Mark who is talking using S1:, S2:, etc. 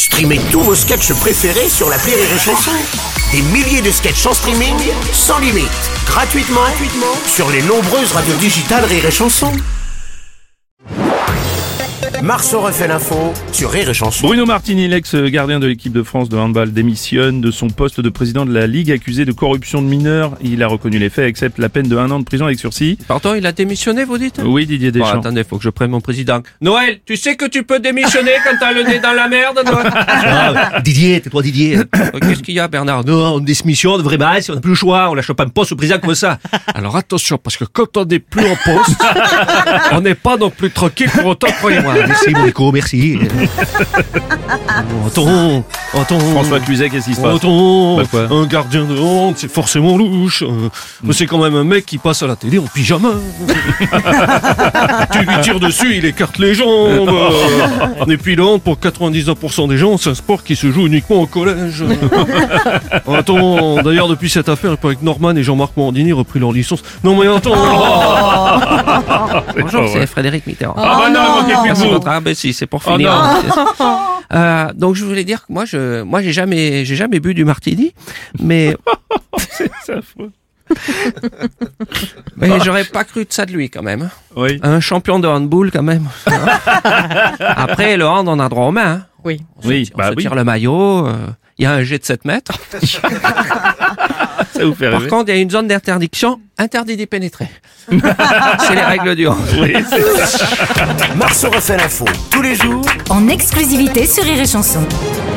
S1: Streamez tous vos sketchs préférés sur l'appli Rire et Chanson. Des milliers de sketchs en streaming, sans limite, gratuitement sur les nombreuses radios digitales Rire et Chanson. Marceau refait l'info sur Rire et Chanson.
S2: Bruno Martini, l'ex-gardien de l'équipe de France de handball, démissionne de son poste de président de la Ligue accusé de corruption de mineurs. Il a reconnu les faits, accepte la peine de 1 an de prison avec sursis.
S3: Pardon, il a démissionné, vous dites?
S2: Oui, Didier Deschamps.
S3: Attendez, faut que je prenne mon président. Noël, tu sais que tu peux démissionner quand t'as le nez dans la merde, Noël?
S4: Didier, tais-toi Didier.
S3: Qu'est-ce qu'il y a, Bernard?
S4: Non, on démissionne, vraiment, si on n'a plus le choix, on lâche pas un poste au président comme ça.
S3: Alors attention, parce que quand on n'est plus en poste, on n'est pas non plus tranquille pour autant, croyez-moi.
S4: Merci Monico, merci. Attends.
S2: François Cluzet, qu'est-ce qui se passe?
S4: Attends,
S2: Bah quoi?
S4: un gardien de hand, c'est forcément louche. C'est quand même un mec qui passe à la télé en pyjama. Tu lui tires dessus, il écarte les jambes. Et puis le hand, pour 99% des gens, c'est un sport qui se joue uniquement au collège. Attends, d'ailleurs depuis cette affaire, il paraît que Norman et Jean-Marc Morandini ont repris leur licence. Non mais attends.
S3: Bonjour, c'est Frédéric Mitterrand.
S2: Ah bah non, manquez plus de
S3: Merci
S2: vous.
S3: votre... Ah ben si, c'est pour finir. Donc je voulais dire que moi j'ai jamais bu du martini, mais
S2: C'est affreux.
S3: j'aurais pas cru de ça de lui quand même.
S2: Oui.
S3: Un champion de handball quand même. Après le hand, on a droit aux mains. Hein.
S5: Oui.
S3: On se
S2: Oui,
S3: tire le maillot. Il y a un jet de 7 mètres.
S2: Ça vous fait
S3: Par
S2: rêver?
S3: contre, il y a une zone d'interdiction, interdit d'y pénétrer. C'est les règles du hand.
S2: Oui, c'est ça.
S1: Marceau refait l'info tous les jours
S6: En exclusivité sur Rire et Chanson.